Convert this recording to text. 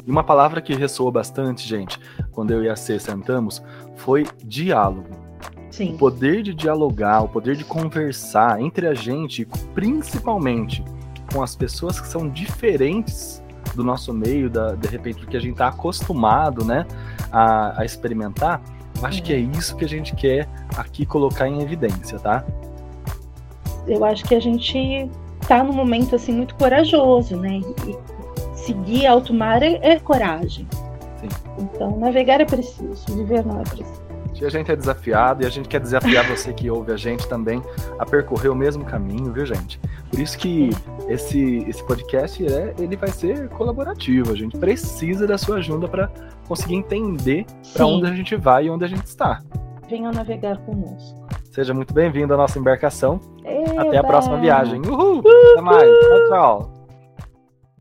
E uma palavra que ressoou bastante, gente, quando eu e a Cê sentamos, foi diálogo. Sim. O poder de dialogar, o poder de conversar entre a gente, principalmente com as pessoas que são diferentes do nosso meio, de repente, do que a gente está acostumado, né, a experimentar. Acho que é isso que a gente quer aqui colocar em evidência, tá? Eu acho que a gente tá num momento assim muito corajoso, né? E seguir alto mar é coragem. Sim. Então, navegar é preciso, viver não é preciso. E a gente é desafiado, e a gente quer desafiar você que ouve a gente também a percorrer o mesmo caminho, viu, gente? Por isso que esse podcast, ele vai ser colaborativo. A gente precisa da sua ajuda para conseguir entender para onde a gente vai e onde a gente está. Venham navegar conosco. Seja muito bem-vindo à nossa embarcação. Eba! Até a próxima viagem. Uhul! Até mais. Tchau, tchau.